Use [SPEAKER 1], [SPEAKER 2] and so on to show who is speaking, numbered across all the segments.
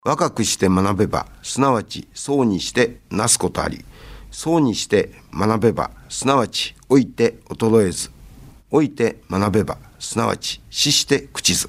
[SPEAKER 1] 若くして学べば、すなわちそうにしてなすことあり、そうにして学べば、すなわち老いて衰えず、老いて学べば、すなわち死して朽ちず。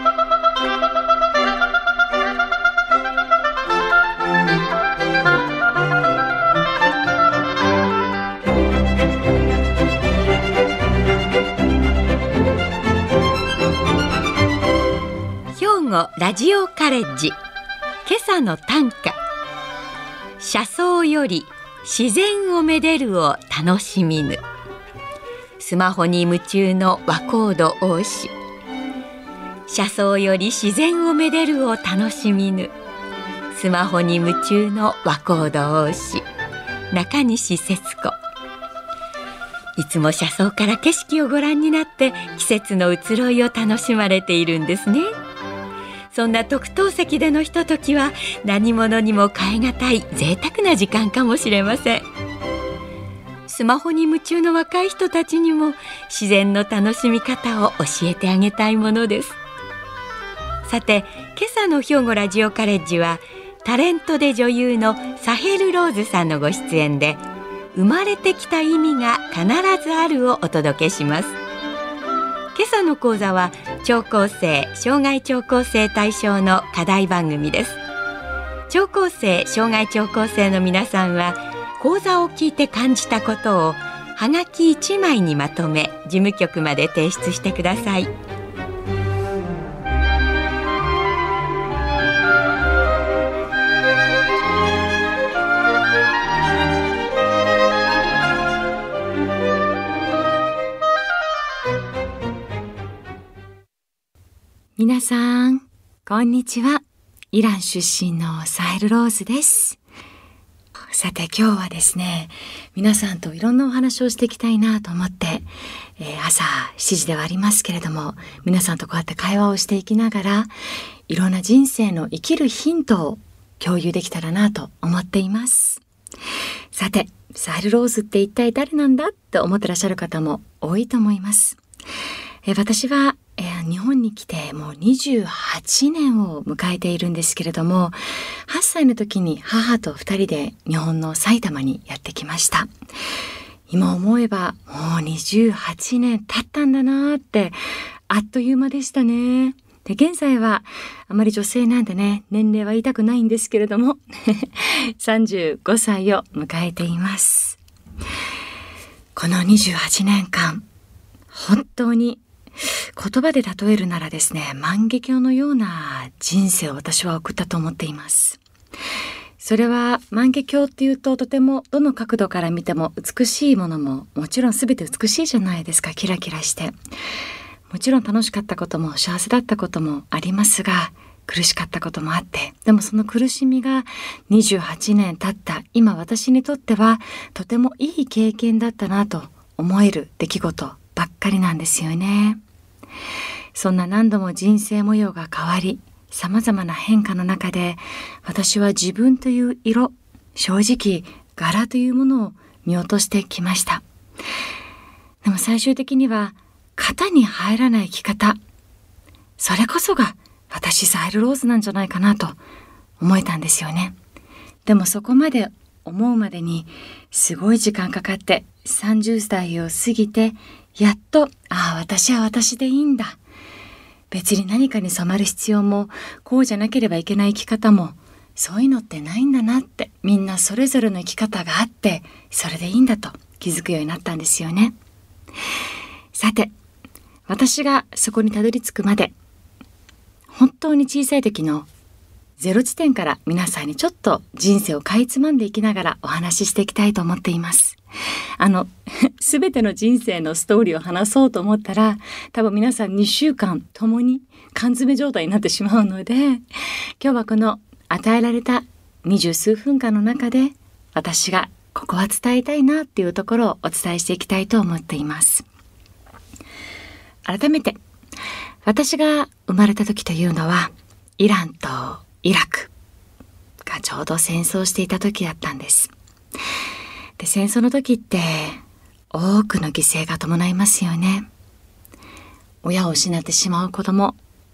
[SPEAKER 2] 兵庫ラジオカレッジ、今朝の短歌。車窓より自然をめでるを楽しみぬ。スマホに夢中の若人多し。車窓より自然をめでるを楽しみぬ。スマホに夢中の若人多し。中西節子。いつも車窓から景色をご覧になって季節の移ろいを楽しまれているんですね。そんな特等席でのひとときは何者にも代え難い贅沢な時間かもしれません。スマホに夢中の若い人たちにも自然の楽しみ方を教えてあげたいものです。さて、今朝の兵庫ラジオカレッジはタレントで女優のサヘル・ローズさんのご出演で、生まれてきた意味が必ずあるをお届けします。今朝の講座は聴講生、障害聴講生対象の課題番組です。聴講生、障害聴講生の皆さんは講座を聞いて感じたことをはがき1枚にまとめ、事務局まで提出してください。
[SPEAKER 3] 皆さん、こんにちは。イラン出身のサヘル・ローズです。さて、今日はですね、皆さんといろんなお話をしていきたいなと思って、朝7時ではありますけれども、皆さんとこうやって会話をしていきながら、いろんな人生の生きるヒントを共有できたらなと思っています。さて、サヘル・ローズって一体誰なんだって思ってらっしゃる方も多いと思います。私は日本に来てもう28年を迎えているんですけれども、8歳の時に母と2人で日本の埼玉にやってきました。今思えばもう28年経ったんだなーって、あっという間でしたね。で、現在はあまり女性なんでね、年齢は言いたくないんですけれども35歳を迎えています。この28年間、本当に言葉で例えるならですね、万華鏡のような人生を私は送ったと思っています。それは万華鏡っていうと、とてもどの角度から見ても美しいものももちろん全て美しいじゃないですか。キラキラして、もちろん楽しかったことも幸せだったこともありますが、苦しかったこともあって、でもその苦しみが28年経った今、私にとってはとてもいい経験だったなと思える出来事ばっかりなんですよね。そんな何度も人生模様が変わり、様々な変化の中で、私は自分という色、正直柄というものを見落としてきました。でも最終的には型に入らない生き方、それこそが私サヘル・ローズなんじゃないかなと思えたんですよね。でもそこまで思うまでにすごい時間かかって、30代を過ぎてやっと、私は私でいいんだ。別に何かに染まる必要も、こうじゃなければいけない生き方も、そういうのってないんだなって、みんなそれぞれの生き方があって、それでいいんだと気づくようになったんですよね。さて、私がそこにたどり着くまで、本当に小さい時のゼロ地点から皆さんにちょっと人生をかいつまんでいきながらお話ししていきたいと思っています。すべての人生のストーリーを話そうと思ったら、多分皆さん2週間ともに缶詰状態になってしまうので、今日はこの与えられた20数分間の中で、私がここは伝えたいなっていうところをお伝えしていきたいと思っています。改めて、私が生まれた時というのは、イランとイラクがちょうど戦争していた時だったんです。で、戦争の時って多くの犠牲が伴いますよね。親を失ってしまう子供、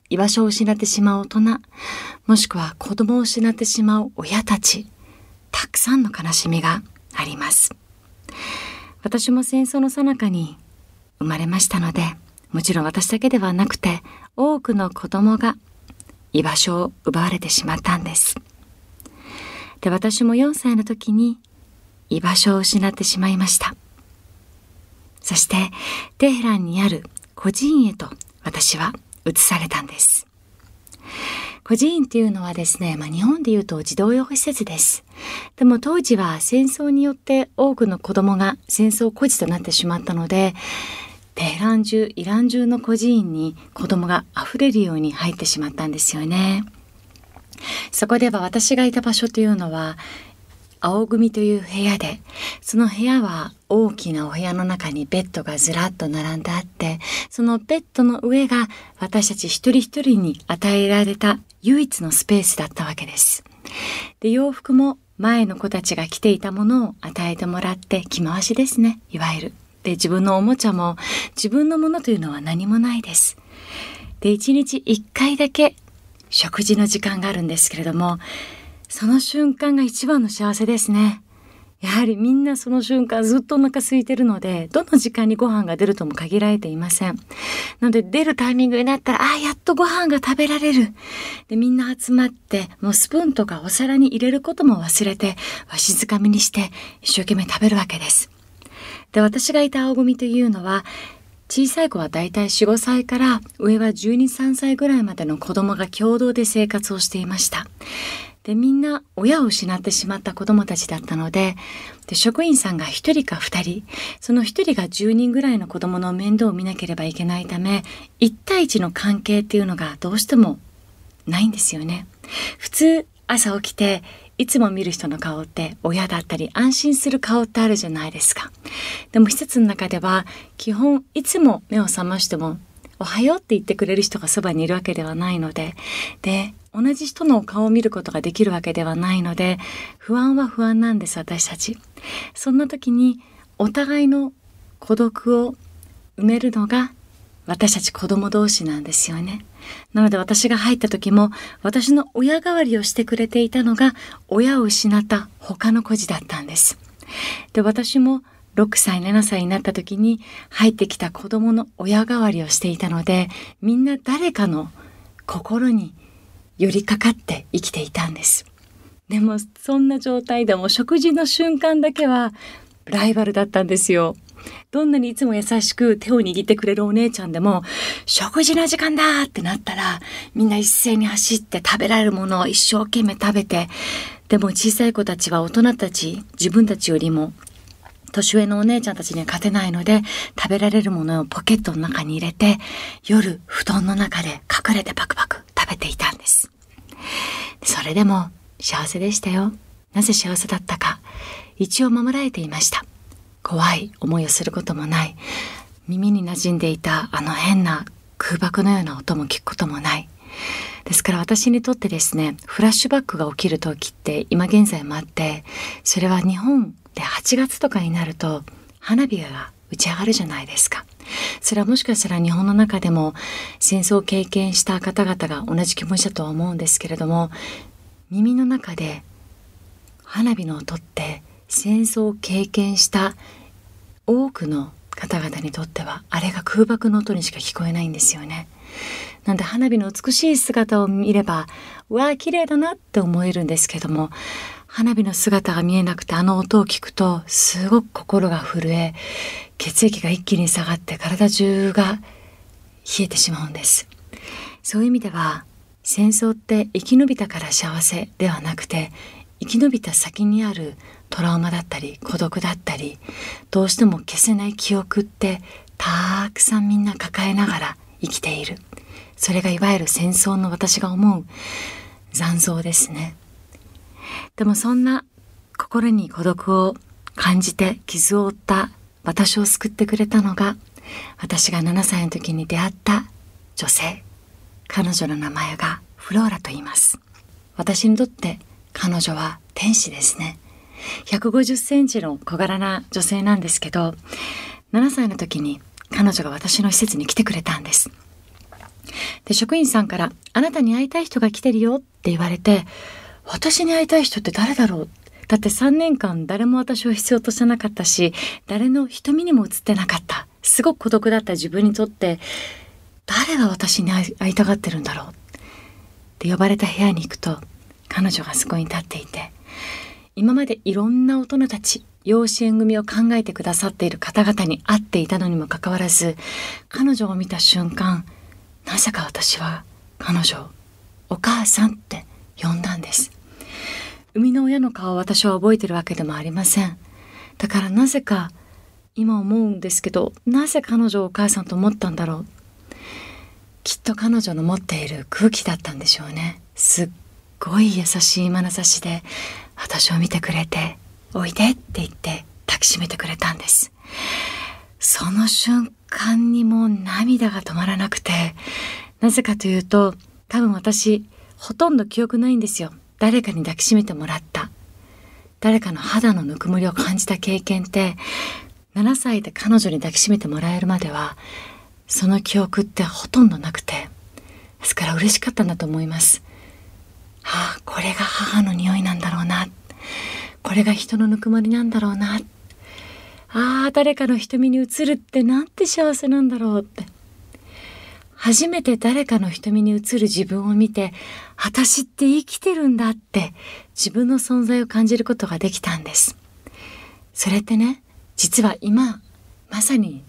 [SPEAKER 3] 居場所を失ってしまう大人、もしくは子供を失ってしまう親たち、たくさんの悲しみがあります。私も戦争の最中に生まれましたので、もちろん私だけではなくて多くの子供が居場所を奪われてしまったんです。で、私も4歳の時に居場所を失ってしまいました。そしてテヘランにある孤児院へと私は移されたんです。孤児院っていうのはですね、日本でいうと児童養護施設です。でも当時は戦争によって多くの子供が戦争孤児となってしまったので、テヘラン中、イラン中の孤児院に子供があふれるように入ってしまったんですよね。そこでは私がいた場所というのは青組という部屋で、その部屋は大きなお部屋の中にベッドがずらっと並んであって、そのベッドの上が私たち一人一人に与えられた唯一のスペースだったわけです。で、洋服も前の子たちが着ていたものを与えてもらって、着回しですね、いわゆる。で、自分のおもちゃも自分のものというのは何もないです。で、1日1回だけ食事の時間があるんですけれども、その瞬間が一番の幸せですね。やはりみんなその瞬間ずっとお腹空いてるので、どの時間にご飯が出るとも限られていません。なので出るタイミングになったら、やっとご飯が食べられる。で、みんな集まって、もうスプーンとかお皿に入れることも忘れて、わしづかみにして一生懸命食べるわけです。で、私がいた青組というのは、小さい子はだいたい4、5歳から上は12、13歳ぐらいまでの子供が共同で生活をしていました。で、みんな親を失ってしまった子供たちだったので、職員さんが1人か2人、その1人が10人ぐらいの子供の面倒を見なければいけないため、1対1の関係っていうのがどうしてもないんですよね。普通朝起きていつも見る人の顔って親だったり安心する顔ってあるじゃないですか。でも施設の中では基本いつも目を覚ましてもおはようって言ってくれる人がそばにいるわけではないので、同じ人の顔を見ることができるわけではないので、不安は不安なんです、私たち。そんな時にお互いの孤独を埋めるのが私たち子供同士なんですよね。なので私が入った時も私の親代わりをしてくれていたのが親を失った他の孤児だったんです。で、私も6歳、7歳になった時に入ってきた子供の親代わりをしていたので、みんな誰かの心に寄りかかって生きていたんです。でもそんな状態でも食事の瞬間だけはライバルだったんですよ。どんなにいつも優しく手を握ってくれるお姉ちゃんでも、食事の時間だってなったらみんな一斉に走って食べられるものを一生懸命食べて、でも小さい子たちは大人たち、自分たちよりも年上のお姉ちゃんたちには勝てないので、食べられるものをポケットの中に入れて、夜布団の中で隠れてパクパク食べていたんです。それでも幸せでしたよ。なぜ幸せだったか、一応守られていました。怖い思いをすることもない。耳に馴染んでいたあの変な空爆のような音も聞くこともない。ですから私にとってですね、フラッシュバックが起きる時って今現在もあって、それは日本で8月とかになると花火が打ち上がるじゃないですか。それはもしかしたら日本の中でも戦争を経験した方々が同じ気持ちだとは思うんですけれども、耳の中で花火の音って戦争を経験した多くの方々にとってはあれが空爆の音にしか聞こえないんですよね。なんで花火の美しい姿を見れば、わあ綺麗だなって思えるんですけども、花火の姿が見えなくてあの音を聞くとすごく心が震え、血液が一気に下がって体中が冷えてしまうんです。そういう意味では戦争って生き延びたから幸せではなくて、生き延びた先にあるトラウマだったり孤独だったり、どうしても消せない記憶ってたくさんみんな抱えながら生きている。それがいわゆる戦争の私が思う残像ですね。でもそんな心に孤独を感じて傷を負った私を救ってくれたのが、私が7歳の時に出会った女性。彼女の名前がフローラと言います。私にとって彼女は天使ですね。150センチの小柄な女性なんですけど、7歳の時に彼女が私の施設に来てくれたんです。 で、職員さんからあなたに会いたい人が来てるよって言われて、私に会いたい人って誰だろう。だって3年間誰も私を必要としてなかったし、誰の瞳にも映ってなかった。すごく孤独だった自分にとって、誰が私に会いたがってるんだろうって呼ばれた部屋に行くと、彼女がそこに立っていて、今までいろんな大人たち、養子縁組を考えてくださっている方々に会っていたのにもかかわらず、彼女を見た瞬間、なぜか私は彼女をお母さんって呼んだんです。生みの親の顔を私は覚えてるわけでもありません。だからなぜか今思うんですけど、なぜ彼女をお母さんと思ったんだろう。きっと彼女の持っている空気だったんでしょうね。すっごい優しい眼差しで私を見てくれて、おいでって言って抱きしめてくれたんです。その瞬間にもう涙が止まらなくて、なぜかというと、多分私ほとんど記憶ないんですよ。誰かに抱きしめてもらった、誰かの肌のぬくもりを感じた経験って、7歳で彼女に抱きしめてもらえるまではその記憶ってほとんどなくて、ですから嬉しかったんだと思います。これが母の匂いなんだろうな、これが人のぬくもりなんだろうな、誰かの瞳に映るってなんて幸せなんだろうって、初めて誰かの瞳に映る自分を見て、私って生きてるんだって自分の存在を感じることができたんです。それってね、実は今まさに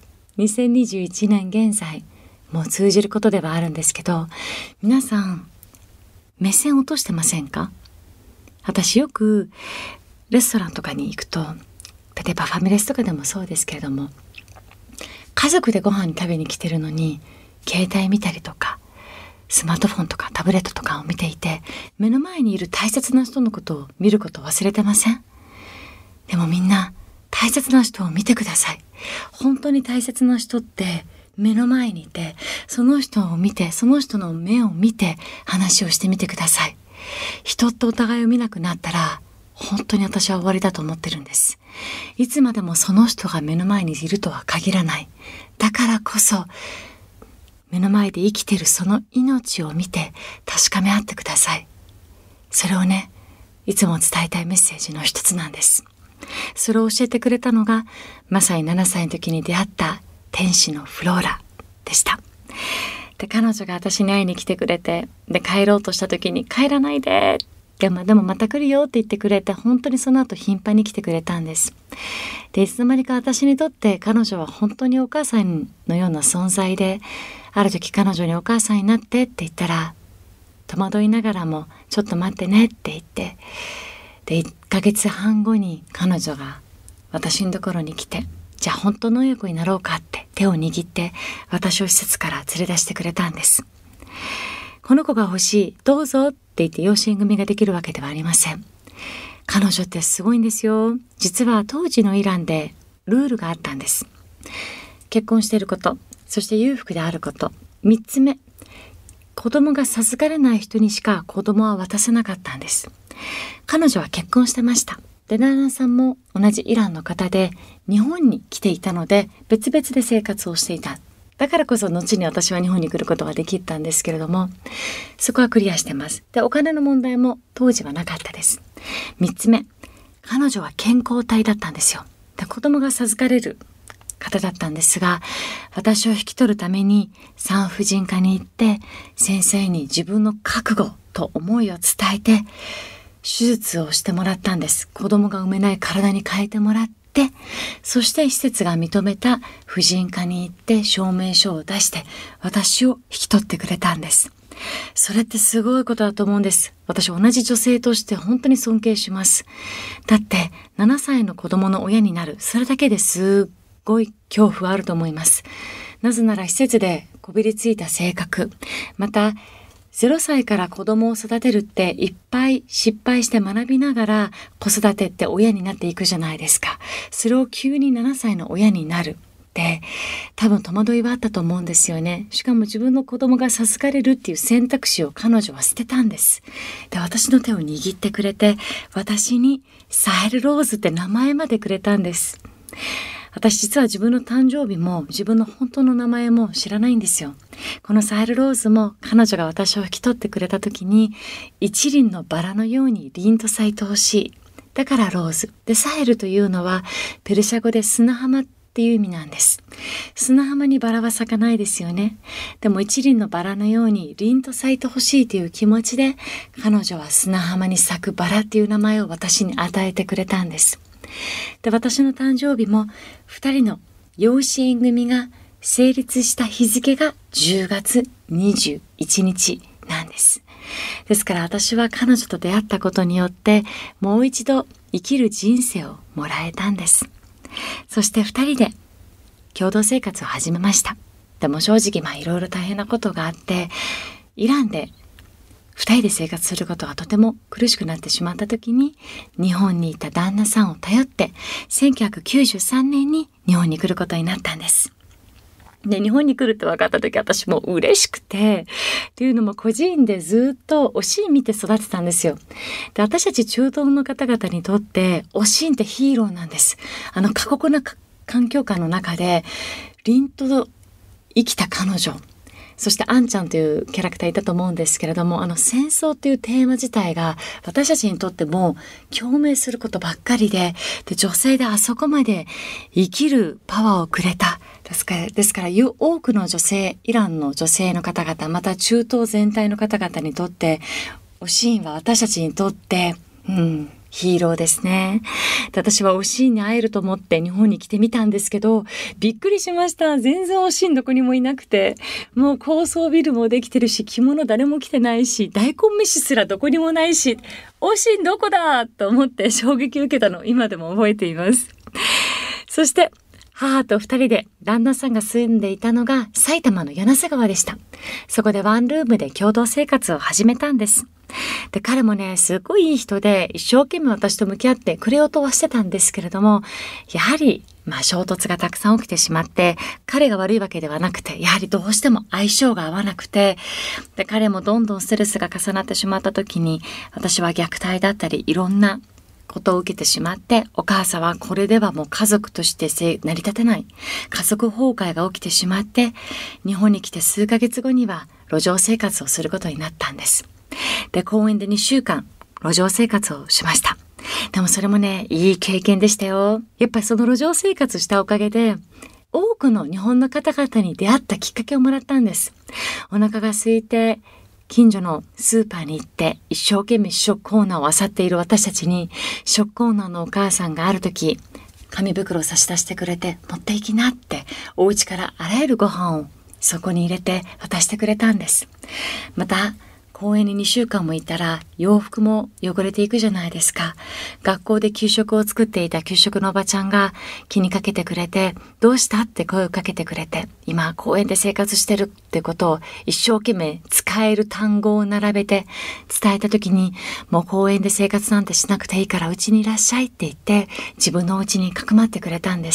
[SPEAKER 3] 2021年現在もう通じることではあるんですけど、皆さん目線落としてませんか？私よくレストランとかに行くと、例えばファミレスとかでもそうですけれども、家族でご飯に食べに来てるのに携帯見たりとかスマートフォンとかタブレットとかを見ていて、目の前にいる大切な人のことを見ることを忘れてません？でもみんな大切な人を見てください。本当に大切な人って目の前にいて、その人を見て、その人の目を見て話をしてみてください。人ってお互いを見なくなったら本当に私は終わりだと思ってるんです。いつまでもその人が目の前にいるとは限らない。だからこそ目の前で生きてるその命を見て確かめ合ってください。それをね、いつも伝えたいメッセージの一つなんです。それを教えてくれたのが、まさに7歳の時に出会った天使のフローラでした。で、彼女が私に会いに来てくれて、で帰ろうとした時に、帰らないで、でもまた来るよって言ってくれて、本当にその後頻繁に来てくれたんです。で、いつの間にか私にとって彼女は本当にお母さんのような存在で、ある時彼女にお母さんになってって言ったら、戸惑いながらもちょっと待ってねって言って、で1ヶ月半後に彼女が私のところに来て、じゃあ本当の親子になろうかって手を握って私を施設から連れ出してくれたんです。この子が欲しい、どうぞって言って養子縁組ができるわけではありません。彼女ってすごいんですよ。実は当時のイランでルールがあったんです。結婚していること、そして裕福であること、3つ目、子供が授かれない人にしか子供は渡せなかったんです。彼女は結婚してました。で、旦那さんも同じイランの方で日本に来ていたので別々で生活をしていた。だからこそ後に私は日本に来ることができたんですけれども、そこはクリアしてます。で、お金の問題も当時はなかったです。3つ目、彼女は健康体だったんですよ。で、子供が授かれる方だったんですが、私を引き取るために産婦人科に行って先生に自分の覚悟と思いを伝えて手術をしてもらったんです。子供が産めない体に変えてもらって、そして施設が認めた婦人科に行って証明書を出して私を引き取ってくれたんです。それってすごいことだと思うんです。私同じ女性として本当に尊敬します。だって7歳の子供の親になる、それだけですっごい恐怖はあると思います。なぜなら施設でこびりついた性格、また0歳から子供を育てるっていっぱい失敗して学びながら子育てって親になっていくじゃないですか。それを急に7歳の親になるって多分戸惑いはあったと思うんですよね。しかも自分の子供が授かれるっていう選択肢を彼女は捨てたんです。で、私の手を握ってくれて、私にサヘルローズって名前までくれたんです。 私実は自分の誕生日も自分の本当の名前も知らないんですよ。このサヘルローズも彼女が私を引き取ってくれた時に、一輪のバラのように凛と咲いてほしい。だからローズで、サヘルというのはペルシャ語で砂浜っていう意味なんです。砂浜にバラは咲かないですよね。でも一輪のバラのように凛と咲いてほしいという気持ちで、彼女は砂浜に咲くバラっていう名前を私に与えてくれたんです。で、私の誕生日も2人の養子縁組が成立した日付が10月21日なんです。ですから私は彼女と出会ったことによってもう一度生きる人生をもらえたんです。そして2人で共同生活を始めました。でも正直いろいろ大変なことがあって、イランで2人で生活することがとても苦しくなってしまった時に、日本にいた旦那さんを頼って1993年に日本に来ることになったんです。で、日本に来るって分かった時、私も嬉しくて、というのも孤児院でずっとおしん見て育てたんですよ。で、私たち中東の方々にとっておしんってヒーローなんです。過酷な環境下の中で凛と生きた彼女、そしてアンちゃんというキャラクターいたと思うんですけれども、戦争というテーマ自体が私たちにとっても共鳴することばっかりで、女性であそこまで生きるパワーをくれた。ですから多くの女性、イランの女性の方々、また中東全体の方々にとって、おしんは私たちにとって、ヒーローですね。で、私はおしんに会えると思って日本に来てみたんですけど、びっくりしました。全然おしんどこにもいなくて、もう高層ビルもできてるし、着物誰も着てないし、大根飯すらどこにもないし、おしんどこだと思って衝撃を受けたのを今でも覚えています。そして母と2人で旦那さんが住んでいたのが埼玉の柳瀬川でした。そこでワンルームで共同生活を始めたんです。で、彼もね、すごいいい人で一生懸命私と向き合ってくれようとはしてたんですけれども、やはり衝突がたくさん起きてしまって、彼が悪いわけではなくて、やはりどうしても相性が合わなくて、で、彼もどんどんストレスが重なってしまった時に、私は虐待だったりいろんなことを受けてしまって、お母さんはこれではもう家族として成り立てない、家族崩壊が起きてしまって、日本に来て数ヶ月後には路上生活をすることになったんです。で、公園で2週間路上生活をしました。でもそれもね、いい経験でしたよ。やっぱりその路上生活したおかげで、多くの日本の方々に出会ったきっかけをもらったんです。お腹が空いて近所のスーパーに行って一生懸命試食コーナーを漁っている私たちに、試食コーナーのお母さんがある時紙袋を差し出してくれて、持っていきなって、お家からあらゆるご飯をそこに入れて渡してくれたんです。また公園に2週間もいたら洋服も汚れていくじゃないですか。学校で給食を作っていた給食のおばちゃんが気にかけてくれて、どうしたって声をかけてくれて、今公園で生活してるってことを一生懸命使える単語を並べて伝えた時に、もう公園で生活なんてしなくていいからうちにいらっしゃいって言って自分のお家にかくまってくれたんです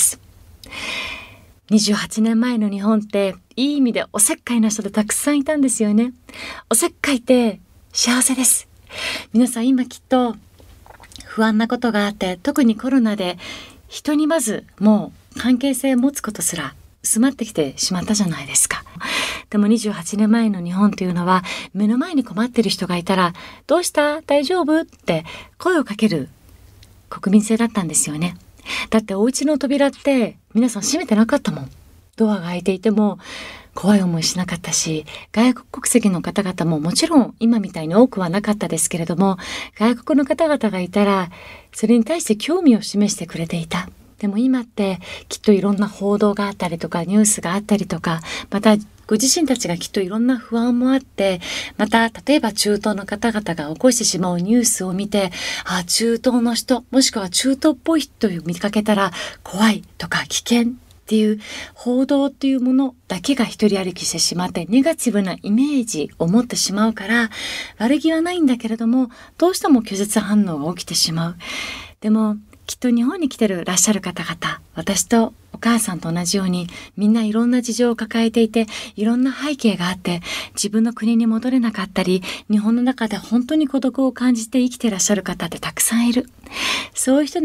[SPEAKER 3] 。28年前の日本っていい意味でおせっかいな人でたくさんいたんですよね。おせっかいって幸せです。皆さん今きっと不安なことがあって、特にコロナで人にまずもう関係性を持つことすら薄まってきてしまったじゃないですか。でも28年前の日本というのは、目の前に困ってる人がいたら、どうした大丈夫って声をかける国民性だったんですよね。だってお家の扉って皆さん閉めてなかったもん。ドアが開いていても怖い思いしなかったし、外国国籍の方々ももちろん今みたいに多くはなかったですけれども、外国の方々がいたらそれに対して興味を示してくれていた。でも今ってきっといろんな報道があったりとか、ニュースがあったりとか、またご自身たちがきっといろんな不安もあって、また例えば中東の方々が起こしてしまうニュースを見て、中東の人、もしくは中東っぽい人を見かけたら怖いとか危険っていう報道っていうものだけが一人歩きしてしまって、ネガティブなイメージを持ってしまうから、悪気はないんだけれどもどうしても拒絶反応が起きてしまう。でもきっと日本に来てらっしゃる方々、私とお母さんと同じようにみんないろんな事情を抱えていて、いろんな背景があって、自分の国に戻れなかったり、日本の中で本当に孤独を感じて生きてらっしゃる方ってたくさんいる。そういう人に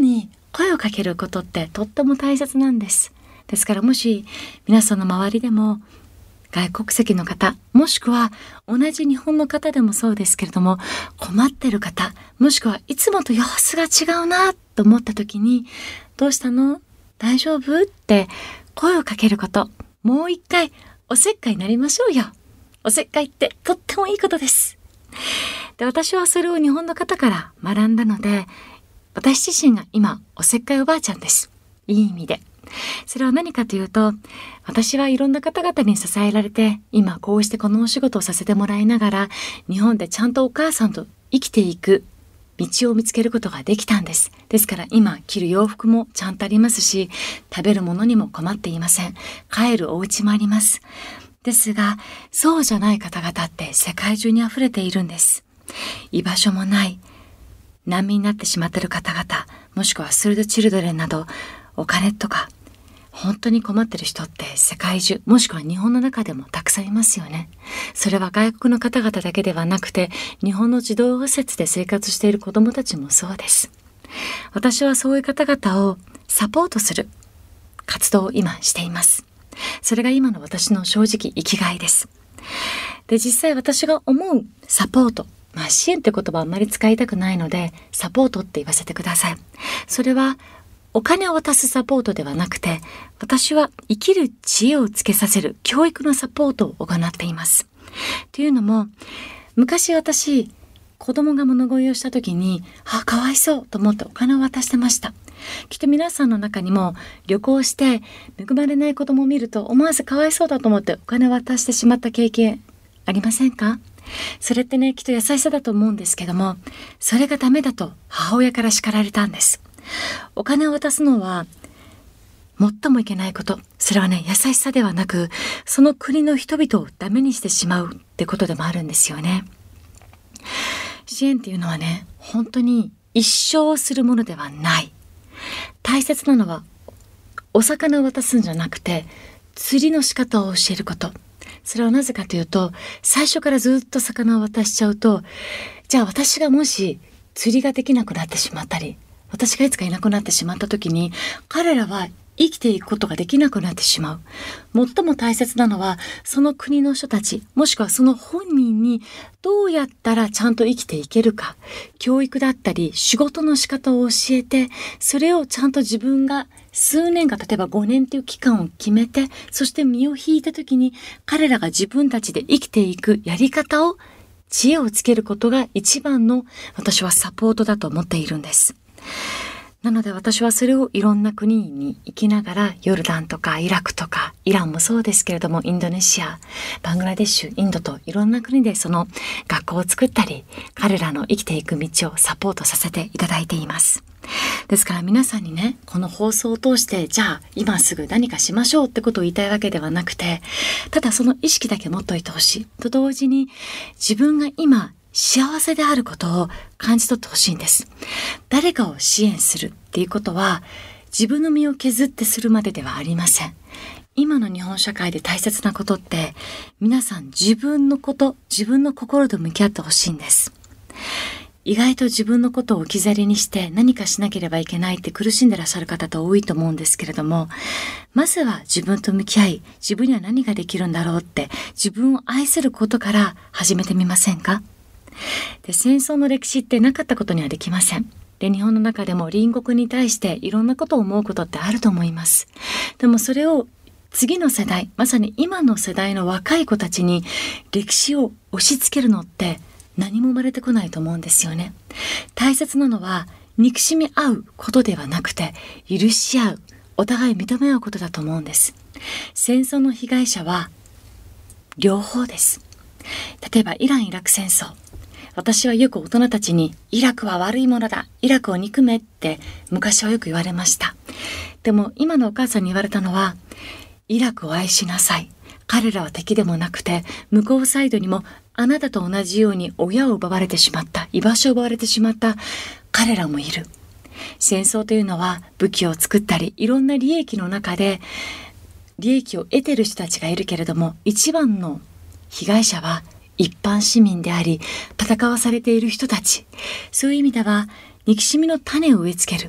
[SPEAKER 3] 声をかけることってとっても大切なんです。ですからもし皆さんの周りでも外国籍の方、もしくは同じ日本の方でもそうですけれども、困ってる方、もしくはいつもと様子が違うなと思った時に、どうしたの？大丈夫？って声をかけること。もう一回おせっかいになりましょうよ。おせっかいってとってもいいことです。で、私はそれを日本の方から学んだので、私自身が今おせっかいおばあちゃんです。いい意味で。それは何かというと、私はいろんな方々に支えられて、今こうしてこのお仕事をさせてもらいながら、日本でちゃんとお母さんと生きていく道を見つけることができたんです。ですから今着る洋服もちゃんとありますし、食べるものにも困っていません。帰るお家もあります。ですが、そうじゃない方々って世界中に溢れているんです。居場所もない、難民になってしまっている方々、もしくはスルドチルドレンなど、お金とか本当に困ってる人って世界中、もしくは日本の中でもたくさんいますよね。それは外国の方々だけではなくて、日本の児童施設で生活している子どもたちもそうです。私はそういう方々をサポートする活動を今しています。それが今の私の正直生きがいです。で、実際私が思うサポート、支援って言葉はあんまり使いたくないので、サポートって言わせてください。それはお金を渡すサポートではなくて、私は生きる知恵をつけさせる教育のサポートを行っています。というのも、昔私、子供が物乞いをした時に、かわいそうと思ってお金を渡してました。きっと皆さんの中にも旅行して恵まれない子供を見ると思わずかわいそうだと思ってお金を渡してしまった経験ありませんか？それってね、きっと優しさだと思うんですけども、それがダメだと母親から叱られたんです。お金を渡すのは最もいけないこと。それはね、優しさではなく、その国の人々をダメにしてしまうってことでもあるんですよね。支援っていうのはね、本当に一生するものではない。大切なのはお魚を渡すんじゃなくて、釣りの仕方を教えること。それはなぜかというと、最初からずっと魚を渡しちゃうと、じゃあ私がもし釣りができなくなってしまったり、私がいつかいなくなってしまった時に、彼らは生きていくことができなくなってしまう。最も大切なのは、その国の人たち、もしくはその本人にどうやったらちゃんと生きていけるか、教育だったり仕事の仕方を教えて、それをちゃんと自分が数年間、例えば5年という期間を決めて、そして身を引いた時に彼らが自分たちで生きていくやり方を、知恵をつけることが一番の私はサポートだと思っているんです。なので私はそれをいろんな国に行きながら、ヨルダンとかイラクとかイランもそうですけれども、インドネシア、バングラデシュ、インドといろんな国でその学校を作ったり、彼らの生きていく道をサポートさせていただいています。ですから皆さんにね、この放送を通して、じゃあ今すぐ何かしましょうってことを言いたいわけではなくて、ただその意識だけ持っておいてほしいと同時に、自分が今幸せであることを感じ取ってほしいんです。誰かを支援するっていうことは、自分の身を削ってするまでではありません。今の日本社会で大切なことって、皆さん自分のこと、自分の心と向き合ってほしいんです。意外と自分のことを置き去りにして何かしなければいけないって苦しんでらっしゃる方と多いと思うんですけれども、まずは自分と向き合い、自分には何ができるんだろうって自分を愛することから始めてみませんか？で、戦争の歴史ってなかったことにはできません。で、日本の中でも隣国に対していろんなことを思うことってあると思います。でもそれを次の世代、まさに今の世代の若い子たちに歴史を押し付けるのって何も生まれてこないと思うんですよね。大切なのは憎しみ合うことではなくて、許し合う、お互い認め合うことだと思うんです。戦争の被害者は両方です。例えばイラン・イラク戦争、私はよく大人たちにイラクは悪いものだ、イラクを憎めって昔はよく言われました。でも今のお母さんに言われたのは、イラクを愛しなさい。彼らは敵でもなくて、向こうサイドにもあなたと同じように親を奪われてしまった、居場所を奪われてしまった彼らもいる。戦争というのは武器を作ったり、いろんな利益の中で利益を得ている人たちがいるけれども、一番の被害者は一般市民であり、戦わされている人たち。そういう意味では憎しみの種を植え付ける、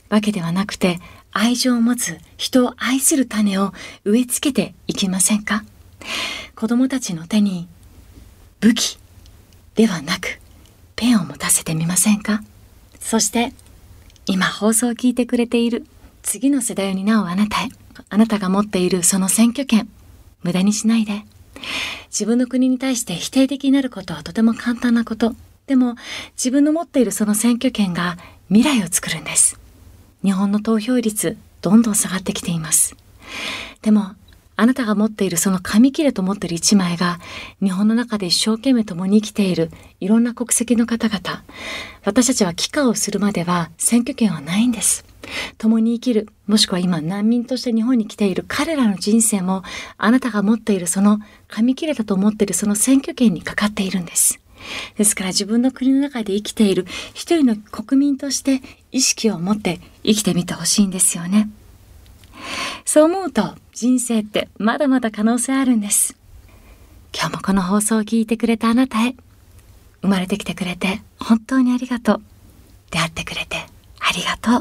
[SPEAKER 3] わけではなくて、愛情を持つ人を愛する種を植え付けていきませんか？子供たちの手に武器ではなくペンを持たせてみませんか？そして今放送を聞いてくれている次の世代を担うあなたへ、あなたが持っているその選挙権、無駄にしないで。自分の国に対して否定的になることはとても簡単なこと。でも自分の持っているその選挙権が未来を作るんです。日本の投票率どんどん下がってきています。でもあなたが持っているその紙切れと持っている一枚が、日本の中で一生懸命共に生きているいろんな国籍の方々、私たちは帰化をするまでは選挙権はないんです。共に生きる、もしくは今難民として日本に来ている彼らの人生も、あなたが持っているその紙切れだと思っているその選挙権にかかっているんです。ですから自分の国の中で生きている一人の国民として意識を持って生きてみてほしいんですよね。そう思うと人生ってまだまだ可能性あるんです。今日もこの放送を聞いてくれたあなたへ、生まれてきてくれて本当にありがとう。出会ってくれてありがとう。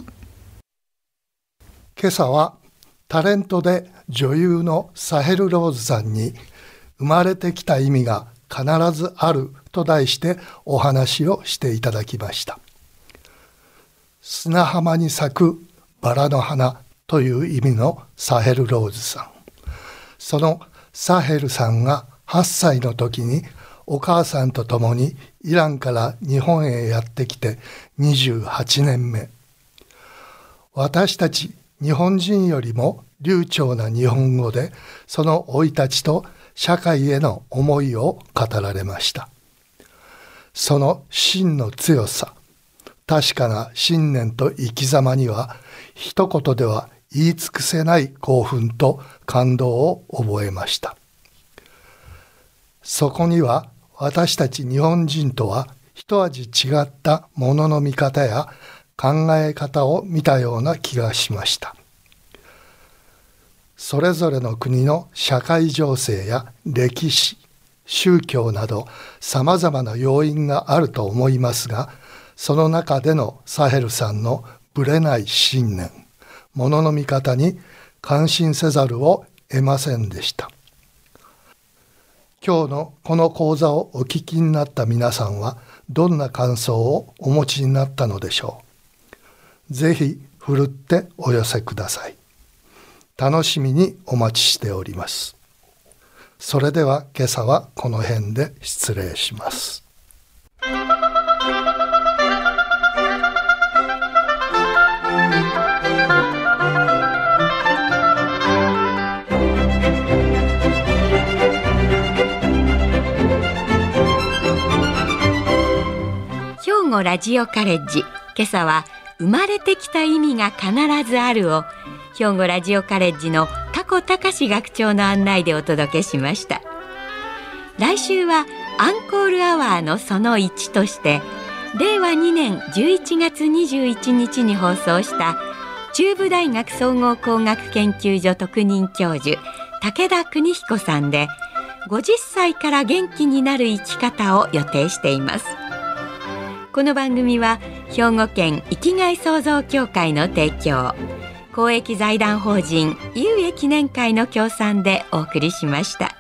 [SPEAKER 4] 今朝はタレントで女優のサヘル・ローズさんに、生まれてきた意味が必ずあると題してお話をしていただきました。砂浜に咲くバラの花という意味のサヘル・ローズさん。そのサヘルさんが8歳の時にお母さんと共にイランから日本へやってきて28年目。私たち日本人よりも流暢な日本語で、その生い立ちと社会への思いを語られました。その芯の強さ、確かな信念と生き様には、一言では言い尽くせない興奮と感動を覚えました。そこには私たち日本人とは一味違ったものの見方や考え方を見たような気がしました。それぞれの国の社会情勢や歴史、宗教などさまざまな要因があると思いますが、その中でのサヘルさんのぶれない信念、ものの見方に感心せざるを得ませんでした。今日のこの講座をお聞きになった皆さんはどんな感想をお持ちになったのでしょう。ぜひふるってお寄せください。楽しみにお待ちしております。それでは今朝はこの辺で失礼します。
[SPEAKER 2] 兵庫ラジオカレッジ、今朝は生まれてきた意味が必ずあるを兵庫ラジオカレッジの加古隆学長の案内でお届けしました。来週はアンコールアワーのその1として、令和2年11月21日に放送した中部大学総合工学研究所特任教授武田邦彦さんで、50歳から元気になる生き方を予定しています。この番組は兵庫県生きがい創造協会の提供、公益財団法人井上記念会の協賛でお送りしました。